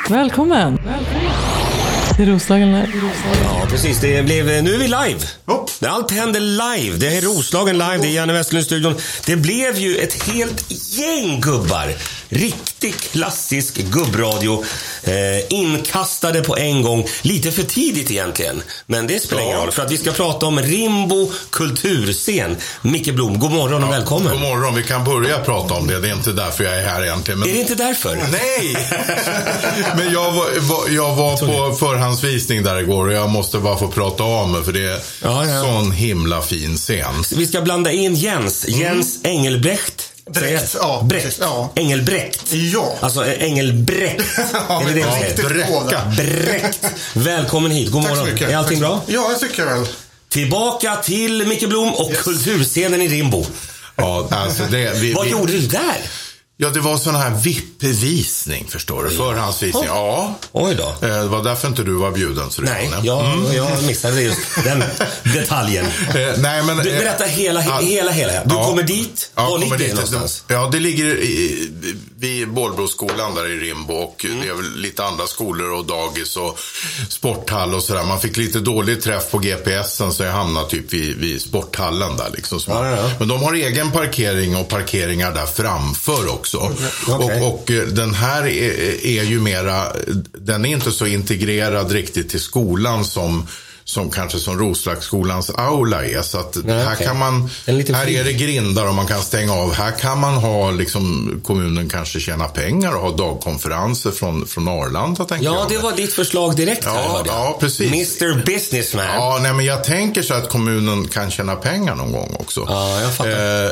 Välkommen. Det är Roslagen live. Ja, precis. Nu är vi live. Allt händer live. Det är Roslagen live. Det är Janne Westlund-studion. Det blev ju ett helt gäng gubbar. Riktigt klassisk gubbradio. Inkastade på en gång. Lite för tidigt egentligen. Men det spelar ingen roll. För att vi ska prata om Rimbo kulturscen. Micke Blom, god morgon och välkommen. God morgon, vi kan börja prata om det. Det är inte därför jag är här egentligen. Men... Är det inte därför? Nej! Men jag var på förhandsvisning där igår och jag måste bara få prata om mig för det är sån himla fin scen. Vi ska blanda in Jens Engelbrekt. Brekt, ja. Brekt. Ja. Engelbrekt. Ja. Alltså Engelbrekt. Ja, är det Brekt. Välkommen hit. God morgon. Är allting bra? Ja, jag tycker väl. Tillbaka till Micke Blom och kulturscenen i Rimbo. Ja, alltså Vad gjorde du där? Ja, det var sån här VIP-visning, förstår du. Förhandsvisning, ja. Oj då. Det var därför inte du var bjuden. Så nej, jag missade just den detaljen. Nej, men, berätta hela. Du kommer dit. Ja, var ligger det någonstans? Ja, det ligger vid Bålbroskolan där i Rimbo. Och det är väl lite andra skolor och dagis och sporthall och sådär. Man fick lite dålig träff på GPSen så jag hamnade typ vid sporthallen där liksom. Men de har egen parkering och parkeringar där framför också. Okay. Och den här är ju mera, den är inte så integrerad riktigt till skolan som kanske som Roslagsskolans aula är. Så att här kan man, här är det grindar och man kan stänga av. Här kan man ha liksom, kommunen kanske tjäna pengar och ha dagkonferenser från Arlanda, tänker jag. Ja, det var ditt förslag direkt här, hörde jag. Ja, precis. Mr. Businessman. Ja, nej, men jag tänker så att kommunen kan tjäna pengar någon gång också. Ja, jag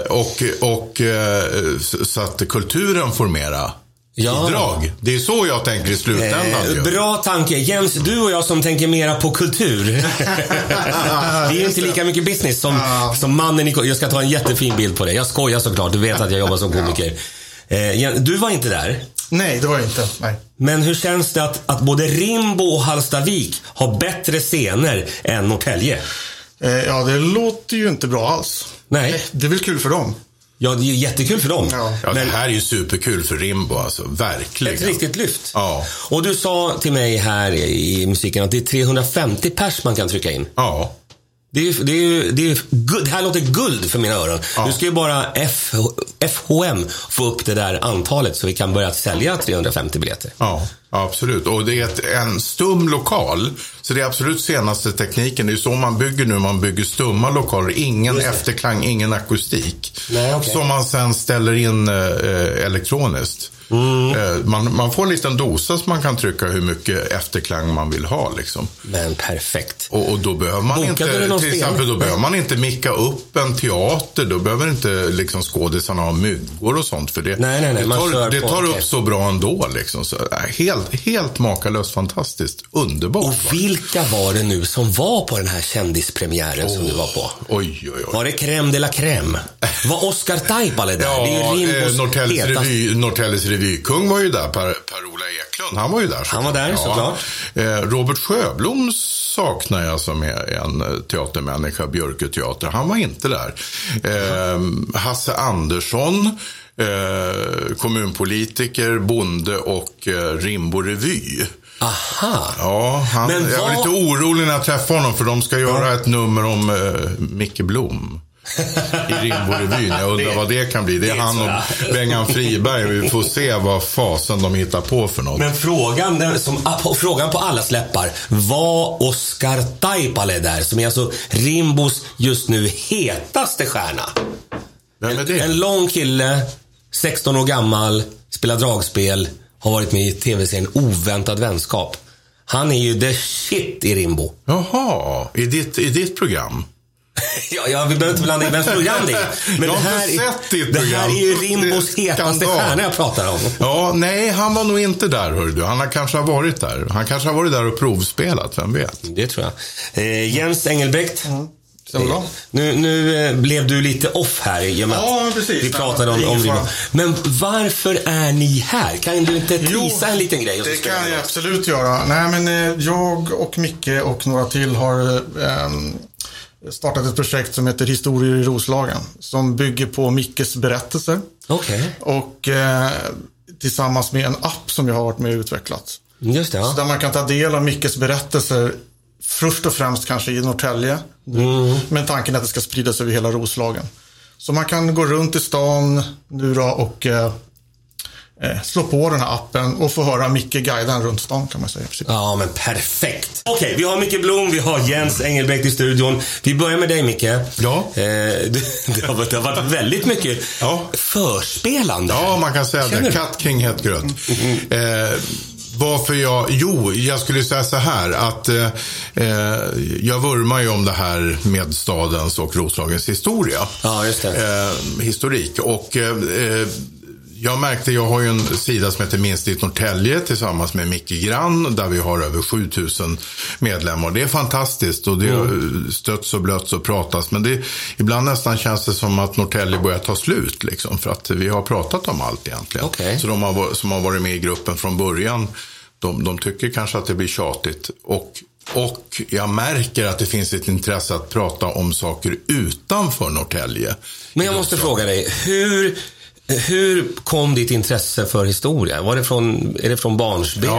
fattar. Så att kulturen får mera bidrag. Det är så jag tänker i slutändan. Bra tanke. Jens, du och jag som tänker mera på kultur. Det är ju inte lika mycket business som mannen i... Jag ska ta en jättefin bild på det. Jag skojar såklart. Du vet att jag jobbar som komiker. Du var inte där? Nej, det var jag inte. Nej. Men hur känns det att både Rimbo och Hallstavik har bättre scener än Norrtälje? Ja, det låter ju inte bra alls. Nej. Det är väl kul för dem. Ja, det är jättekul för dem. Ja, det här är ju superkul för Rimbo, alltså, verkligen. Ett riktigt lyft. Ja. Och du sa till mig här i musiken att det är 350 pers man kan trycka in. Ja. Det här låter guld för mina öron. Ja. Nu ska ju bara FHM få upp det där antalet så vi kan börja sälja 350 biljetter. Ja, absolut. Och det är en stum lokal. Så det är absolut senaste tekniken. Det är så man bygger nu. Man bygger stumma lokaler. Ingen efterklang, ingen akustik. Nej, okay. Som man sen ställer in elektroniskt. Man får en liten dosa som man kan trycka hur mycket efterklang man vill ha liksom. Men perfekt. Och då behöver man behöver man inte micka upp en teater. Då behöver inte liksom skådisarna ha myggor och sånt för det. Nej, det tar upp så bra ändå liksom. Så, helt makalöst fantastiskt. Underbart. Och vilka var det nu som var på den här kändispremiären som du var på? Oj. Var det crème de la crème? Var Oscar Taipale där? Ja, det är ju Norrtäljes revykung var ju där, Per-Ola Eklund, han var ju där. Han var där, såklart. Robert Sjöblom saknar jag som är en teatermänniska, Björketeater. Han var inte där. Hasse Andersson, kommunpolitiker, bonde och Rimbo revy. Aha. Ja, jag var lite orolig när jag träffade honom för de ska göra ett nummer om Micke Blom. I Rimbo-revyn. Jag undrar vad det kan bli. Det är han och Bengan Friberg. Vi får se vad fasen de hittar på för något. Men frågan på alla släppar, var Oscar Taipale där, som är alltså Rimbos just nu hetaste stjärna? Vem är det? En lång kille, 16 år gammal, spelar dragspel, har varit med i tv-serien Oväntad vänskap. Han är ju the shit i Rimbo. Jaha, i ditt program? Ja, vi behöver inte blanda in vems program det är. Men det här är ju Rimbos hetaste stjärna jag pratar om. Ja, nej, han var nog inte där, hör du. Han kanske har varit där. Han kanske har varit där och provspelat, vem vet. Det tror jag. Jens Engelbrekt. Nu blev du lite off här i och med att precis. Vi pratade om Rimbo. Men varför är ni här? Kan du inte tisa en liten grej? Det kan jag absolut göra. Nej, men jag och Micke och några till har startat ett projekt som heter Historier i Roslagen, som bygger på Mickes berättelser. Okay. Och tillsammans med en app som jag har varit med och utvecklat. Just det, ja. Så där man kan ta del av Mickes berättelser först och främst kanske i Norrtälje. Men tanken är att det ska spridas över hela Roslagen. Så man kan gå runt i stan nu då och slå på den här appen och få höra Micke guiden runt stan, kan man säga. Ja, men perfekt. Okej, vi har Micke Blom, vi har Jens Engelbrekt i studion. Vi börjar med dig, Micke. Ja. Det har varit väldigt mycket förspelande. Ja, man kan säga det. Katt kring het gröt. Varför jag skulle säga så här att jag vurmar ju om det här med stadens och Roslagens historia. Ja, just det. Historik. Och jag märkte, jag har ju en sida som heter Minst i Norrtälje tillsammans med Micke Grann, där vi har över 7000 medlemmar. Det är fantastiskt och det stöts och blöts och pratas, men ibland nästan känns det som att Norrtälje börjar ta slut liksom, för att vi har pratat om allt egentligen. Okay. Så de som har varit med i gruppen från början, de tycker kanske att det blir tjatigt, och jag märker att det finns ett intresse att prata om saker utanför Norrtälje. Men jag måste fråga dig, hur kom ditt intresse för historia? Är det från barnsben?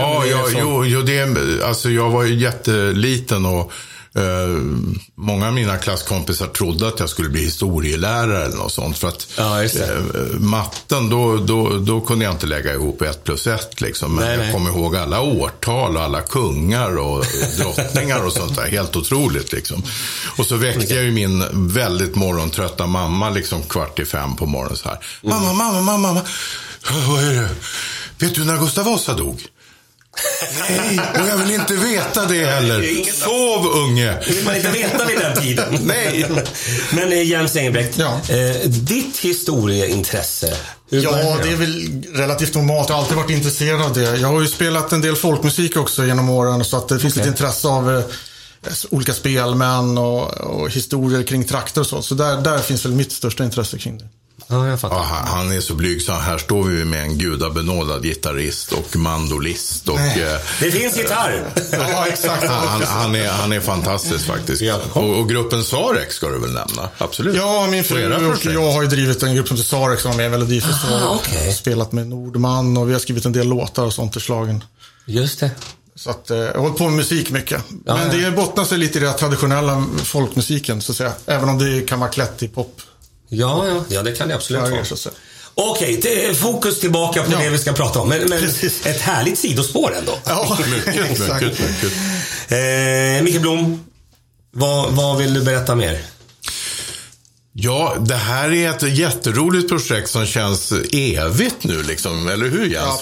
Jag var ju jätteliten och många av mina klasskompisar trodde att jag skulle bli historielärare eller något sånt, för att matten då kunde jag inte lägga ihop 1 + 1 liksom, men jag kommer ihåg alla årtal och alla kungar och drottningar och sånt där, helt otroligt liksom. Och så väckte jag ju min väldigt morgontrötta mamma liksom 4:45 på morgonen så här. Mamma, vad är det? Vet du när Gustav Vasa dog? Nej, och jag vill inte veta det heller. Sov, unge. Vill man inte veta vid den tiden? Nej. Men Jens Engelbrekt, ditt historieintresse? Det är väl relativt normalt. Jag har alltid varit intresserad av det. Jag har ju spelat en del folkmusik också genom åren, så att det finns ett intresse av olika spelmän och historier kring trakter och så. Så där finns väl mitt största intresse kring det. Ja, jag fattar. Ja, han är så blygsam. Här står vi med en gudabenådad gitarrist och mandolist. Och, det finns gitarr. Ja, exakt. Han är fantastisk faktiskt. Ja. Och gruppen Sarek ska du väl nämna? Absolut. Ja, min fru och jag har ju drivit en grupp som heter Sarek som var med i Melodifestivalen. Spelat med Nordman och vi har skrivit en del låtar och sånt i slagen. Just det. Så att jag håller på med musik mycket. Men det bottnar sig lite i den traditionella folkmusiken, så att säga. Även om det kan vara klätt i pop. Ja, det kan det absolut vara. Okej, fokus tillbaka på det vi ska prata om. Men ett härligt sidospår ändå. Ja, mycket. Micke Blom, vad vill du berätta mer? Ja, det här är ett jätteroligt projekt som känns evigt nu liksom, eller hur Jens?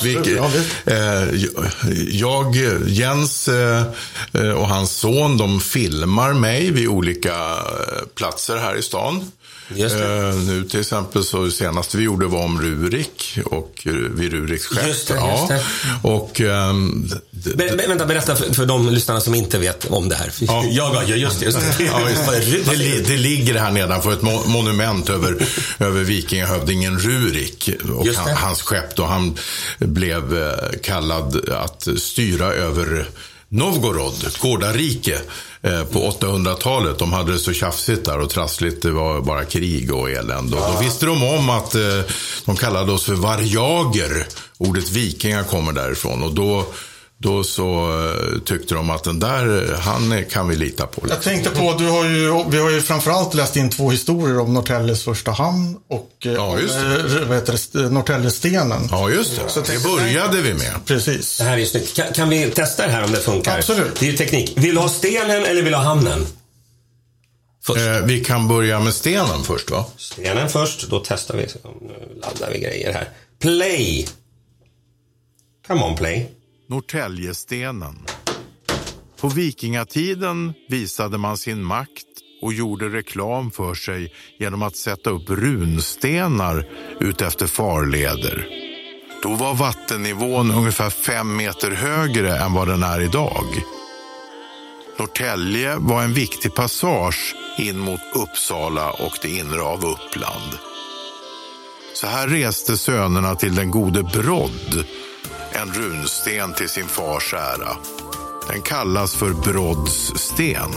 Jens och hans son, de filmar mig vid olika platser här i stan. Nu till exempel så senast vi gjorde var om Rurik och vid Ruriks skepp. Just det. Och vänta, berätta för de lyssnarna som inte vet om det här. Just det. Det ligger här nedanför ett monument över vikingahövdingen Rurik och hans skepp då han blev kallad att styra över Novgorod, Gårdarike, på 800-talet. De hade det så tjafsigt där och trassligt, det var bara krig och elände. Och då visste de om att de kallade oss för varjager. Ordet vikingar kommer därifrån och då så tyckte de att den där, han kan vi lita på. Jag tänkte på, vi har ju framförallt läst in 2 historier om Norrtäljes första hamn och Norrtäljestenen. Ja, just det. Så det började vi med. Precis. Det här är snyggt. Kan vi testa det här om det funkar? Absolut. Det är ju teknik. Vill du ha stenen eller vill du ha hamnen? Vi kan börja med stenen först, va? Stenen först, då testar vi. Nu laddar vi grejer här. Play. Come on, play. Norrtäljestenen. På vikingatiden visade man sin makt och gjorde reklam för sig genom att sätta upp runstenar utefter farleder. Då var vattennivån ungefär 5 meter högre än vad den är idag. Norrtälje var en viktig passage in mot Uppsala och det inre av Uppland. Så här reste sönerna till den gode Brodd, en runsten till sin fars ära. Den kallas för Brodds sten.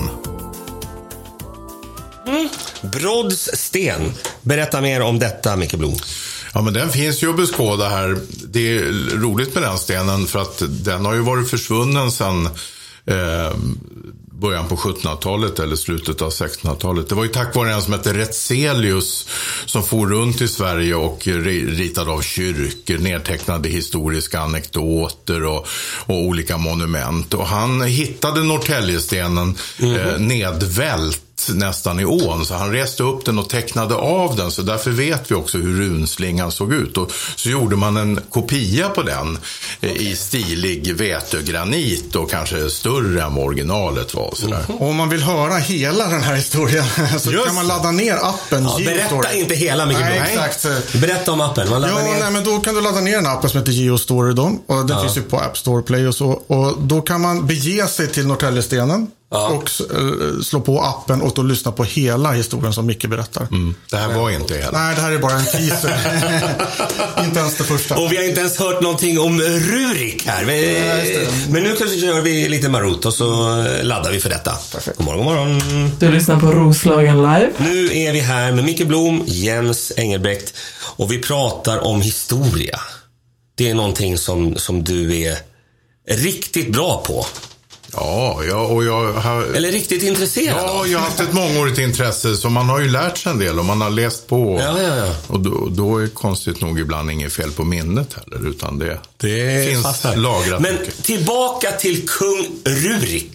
Brodds sten. Berätta mer om detta, Micke Blom. Ja, men den finns ju att beskåda här. Det är roligt med den stenen för att den har ju varit försvunnen sedan början på 1700-talet eller slutet av 1600-talet. Det var ju tack vare en som hette Retzelius som for runt i Sverige och ritade av kyrkor, nedtecknade historiska anekdoter och olika monument. Och han hittade Norrtäljestenen nedvält nästan i ån, så han reste upp den och tecknade av den, så därför vet vi också hur runslingan såg ut, och så gjorde man en kopia på den i stilig vetegranit och kanske större än originalet var. Sådär. Om man vill höra hela den här historien så kan man ladda ner appen Geostory. Berätta inte hela mycket. Nej, exakt. Berätta om appen. Man Nej, men då kan du ladda ner den appen som heter Geostory då, och den finns ju på App Store Play och så, och då kan man bege sig till Norrtäljestenen och slå på appen och då lyssna på hela historien som Micke berättar. Det här var inte hela. Nej, det här är bara en teaser. Inte ens det första. Och vi har inte ens hört någonting om Rurik här. Men nu kanske gör vi lite marot och så laddar vi för detta. Perfekt. God morgon. Du lyssnar på Roslagen live. Nu är vi här med Micke Blom, Jens Engelbrekt, och vi pratar om historia. Det är någonting som du är riktigt bra på. Ja, och jag har... Eller riktigt intresserad Ja, av. jag har haft ett mångårigt intresse, så man har ju lärt sig en del och man har läst på. Ja. Och då är konstigt nog ibland inget fel på minnet heller, utan det finns fastnar. lagrat Men mycket. tillbaka till kung Rurik.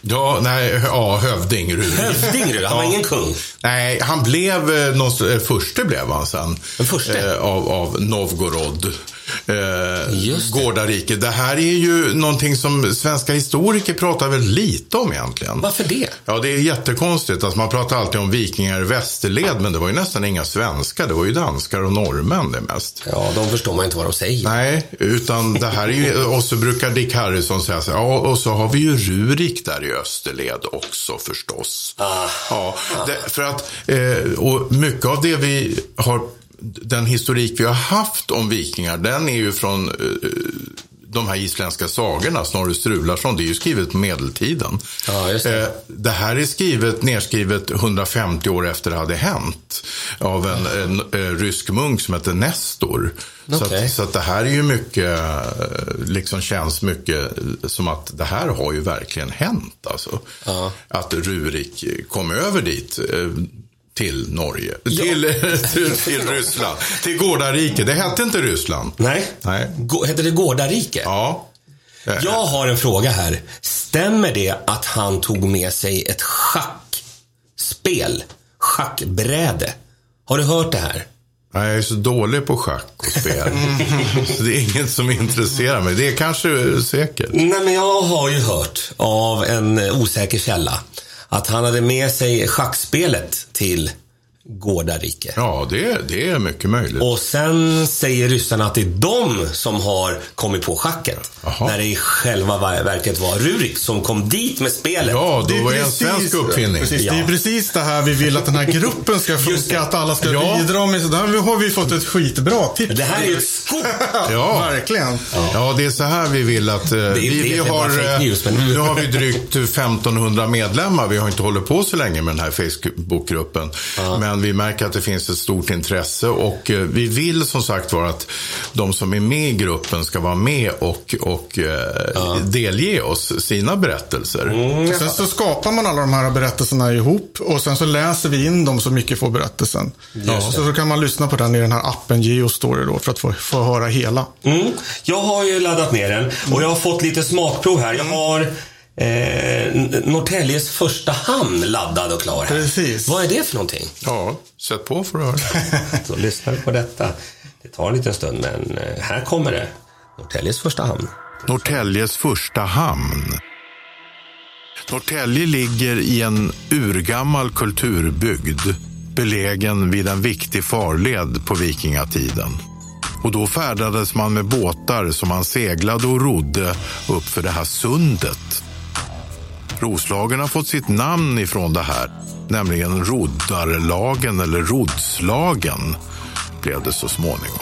Hövding Rurik. Hövding Rurik, han var ingen kung. Nej, han blev förste blev han sen. Den förste? Av Novgorod. Just det. Gårdarike. Det här är ju någonting som svenska historiker pratar väl lite om egentligen. Varför det? Ja, det är jättekonstigt. Alltså, man pratar alltid om vikingar i västerled, men det var ju nästan inga svenskar. Det var ju danskar och norrmän det mest. Ja, de förstår man inte vad de säger. Nej, utan det här är ju, och så brukar Dick Harrison säga så, ja, och så har vi ju Rurik där i österled också förstås. För att, och mycket av det vi har, den historik vi har haft om vikingar, den är ju från de här isländska sagorna. Snorre Sturlason, det är ju skrivet på medeltiden. Ja, just det. Det här är nedskrivet 150 år efter det hade hänt av en rysk munk som heter Nestor. Okay. Så att det här är ju mycket, liksom känns mycket som att det här har ju verkligen hänt. Alltså. Att Rurik kom över dit till Norge, till Ryssland, till Gårdarike. Det hette inte Ryssland. Nej. Hette det Gårdarike? Ja. Jag har en fråga här. Stämmer det att han tog med sig ett schackbräde? Har du hört det här? Jag är så dålig på schack och spel. Så det är inget som intresserar mig. Det är kanske säkert. Nej, men jag har ju hört av en osäker källa att han hade med sig schackspelet till Gårdarike. Ja, det är mycket möjligt. Och sen säger ryssarna att det är de som har kommit på schacket. Aha. När det i själva verket var Rurik som kom dit med spelet. Ja, då var det en svensk uppfinning. Precis, det är precis det här vi vill att den här gruppen ska funka, att alla ska bidra med. Så där har vi fått ett skitbra tips. Det här är ju ett skop. Ja, verkligen. Ja, det är så här vi vill att vi har. Nu har vi drygt 1500 medlemmar. Vi har inte hållit på så länge med den här Facebookgruppen. Men vi märker att det finns ett stort intresse, och vi vill som sagt vara att de som är med i gruppen ska vara med och delge oss sina berättelser. Sen så skapar man alla de här berättelserna ihop, och sen så läser vi in dem så mycket får berättelsen. Så kan man lyssna på den i den här appen Geostory då, för att få höra hela. Jag har ju laddat ner den och jag har fått lite smakprov här. Jag har Norrtäljes första hamn laddad och klar här. Precis. Vad är det för någonting? Ja, sätt på för att höra. Så lyssnar vi på detta. Det tar en liten stund, men här kommer det. Norrtäljes första hamn. Norrtäljes första hamn. Norrtälje ligger i en urgammal kulturbygd, belägen vid en viktig farled på vikingatiden. Och då färdades man med båtar som man seglade och rodde upp för det här sundet. Roslagen har fått sitt namn ifrån det här, nämligen Roddarlagen eller Rodslagen blev det så småningom.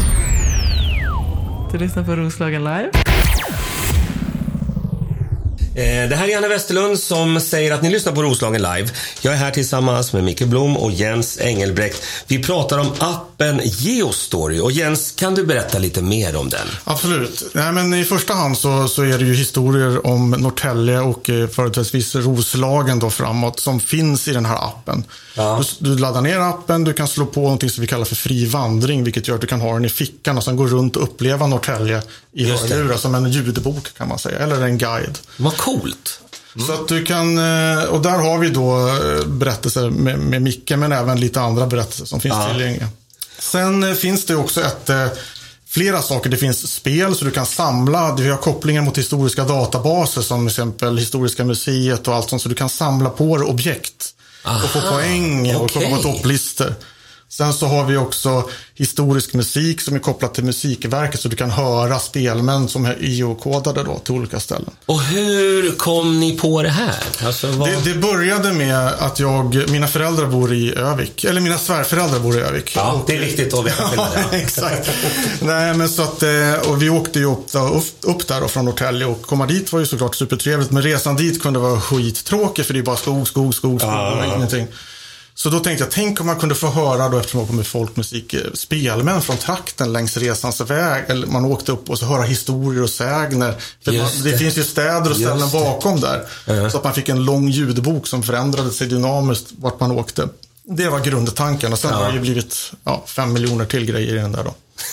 Du lyssnar på Roslagen live. Det här är Janne Westerlund som säger att ni lyssnar på Roslagen Live. Jag är här tillsammans med Micke Blom och Jens Engelbrekt. Vi pratar om appen Geostory. Och Jens, kan du berätta lite mer om den? Absolut. Nej, men i första hand så är det ju historier om Norrtälje och företrädesvis Roslagen då framåt som finns i den här appen. Ja. Du laddar ner appen, du kan slå på någonting som vi kallar för fri vandring, vilket gör att du kan ha den i fickan och sen gå runt och uppleva Norrtälje i hörlurar som en ljudbok kan man säga, eller en guide. Vad coolt. Så att du kan, och där har vi då berättelser med Micke, men även lite andra berättelser som finns tillgängliga. Sen finns det också flera saker. Det finns spel så du kan samla. Vi har kopplingen mot historiska databaser som till exempel Historiska museet och allt sånt. Så du kan samla på objekt och få poäng och komma på topplistor. Sen så har vi också historisk musik som är kopplat till Musikverket så du kan höra spelmän som är IO-kodade då till olika ställen. Och hur kom ni på det här? Alltså, det började med att mina föräldrar bor i Övik, eller mina svärföräldrar bor i Övik. Ja, det är viktigt att veta. Ja, exakt. Nej, men så att, och vi åkte ju upp där då från Norrtälje och komma dit var ju såklart supertrevligt, men resan dit kunde vara skittråkig för det är bara skog och ingenting. Så då tänkte jag, tänk om man kunde få höra då, eftersom man kom med folkmusik, spelmän från trakten längs resans väg. Eller man åkte upp och så höra historier och sägner. För det finns ju städer och ställen bakom där. Så att man fick en lång ljudbok som förändrade sig dynamiskt vart man åkte. Det var grundtanken. Och sen har det ju blivit 5 miljoner till grejer i den där då.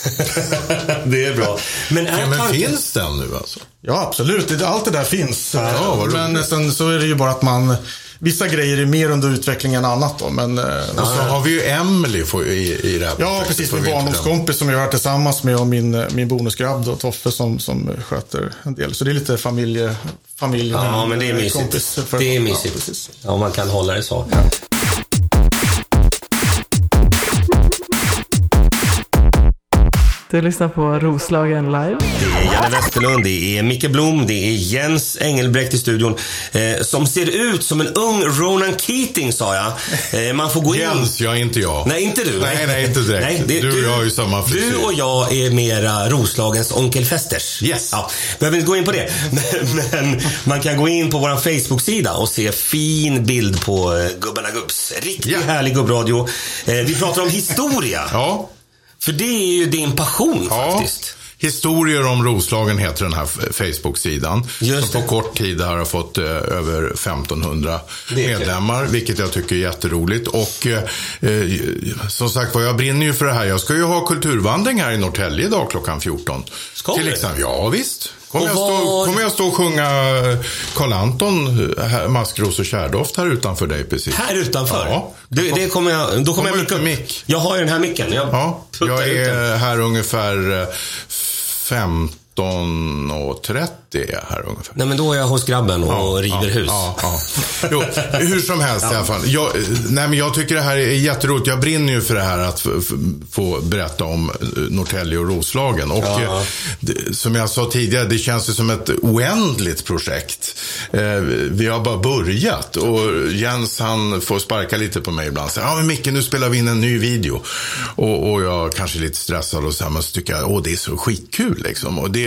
Det är bra. Men finns den nu alltså? Ja, absolut. Allt det där finns. Men sen så är det ju bara att vissa grejer är mer under utveckling än annat då, men och så har vi ju Emily i det här. Ja, precis, min barndomskompis som jag har tillsammans med och min bonusgrabb då, Toffe som sköter en del. Så det är lite familj. Ja, men det är mysigt. Det är mysigt. Ja, man kan hålla det så. Ja. Du lyssnar på Roslagen Live. Det är Janne Westerlund, det är Micke Blom, det är Jens Engelbrekt i studion som ser ut som en ung Ronan Keating, sa jag. Man får gå in. Jens, jag är inte jag. Nej, inte du. Nej, inte direkt. Nej, du och jag är ju samma frisyr. Du och jag är mera Roslagens onkel Festers. Yes. Ja, behöver inte gå in på det. Men man kan gå in på vår Facebook-sida och se fin bild på Gubbarna Gubbs. Riktigt härlig gubbradio. Vi pratar om historia. Ja. För det är ju din passion faktiskt. Historier om Roslagen heter den här Facebook-sidan. Som på kort tid har fått över 1500 medlemmar. Vilket jag tycker är jätteroligt. Och som sagt, jag brinner ju för det här. Jag ska ju ha kulturvandring här i Norrtälje idag klockan 14. Till exempel, ja visst. Kommer jag stå och sjunga Karl Anton, Maskros och Kärdoft här utanför dig precis? Här utanför? Ja. Det kommer jag... Då kommer jag ut med mick. Jag har ju den här micken. Jag är här ungefär 15:30 här ungefär. Nej, men då är jag hos grabben och river hus. Jo, hur som helst i alla fall. Jag tycker det här är jätteroligt. Jag brinner ju för det här att få berätta om Norrtälje och Roslagen. Och som jag sa tidigare, det känns ju som ett oändligt projekt. Vi har bara börjat. Och Jens, han får sparka lite på mig ibland. Så, men Micke, nu spelar vi in en ny video. Och jag kanske är lite stressad och så här, men så tycker jag, det är så skitkul liksom. Och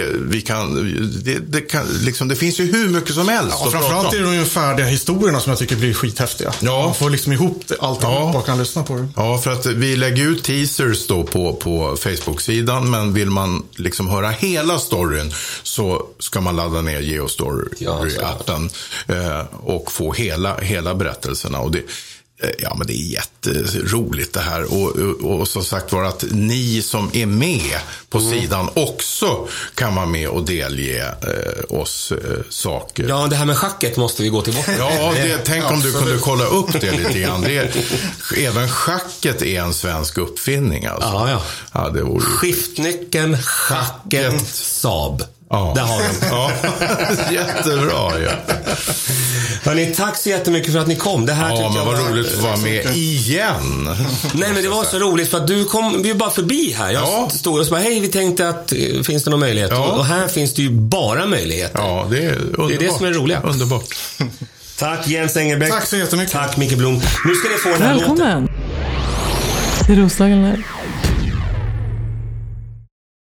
det finns ju hur mycket som helst. Ja, framförallt är det de färdiga historierna som jag tycker blir skithäftiga. Ja. Man får liksom ihop allt och kan lyssna på det. Ja, för att vi lägger ut teasers då på Facebook-sidan, men vill man liksom höra hela storyn så ska man ladda ner Geostory-appen och få hela berättelserna. Och men det är jätteroligt det här och som sagt var att ni som är med på sidan också kan vara med och delge oss saker. Ja, det här med schacket måste vi gå tillbaka. Ja, tänk om du kunde kolla upp det lite grann. Även schacket är en svensk uppfinning alltså. Ja, det vore... Skiftnyckeln, schacket, Saab. Ja. Där har de. Ja. Jättebra. Ja. Hörrni, tack så jättemycket för att ni kom. Det här men vad roligt att vara med igen. Nej, men det var så roligt för att du kom ju bara förbi här. Jag stod och så bara, hej, vi tänkte att finns det någon möjlighet? Och här finns det ju bara möjligheter. Ja, det är underbart. Det är det som är roliga. Underbart. Tack Jens Engelbrekt. Tack så jättemycket. Tack Micke Blom. Nu ska ni få den här låten. Välkommen till Roslagen Live.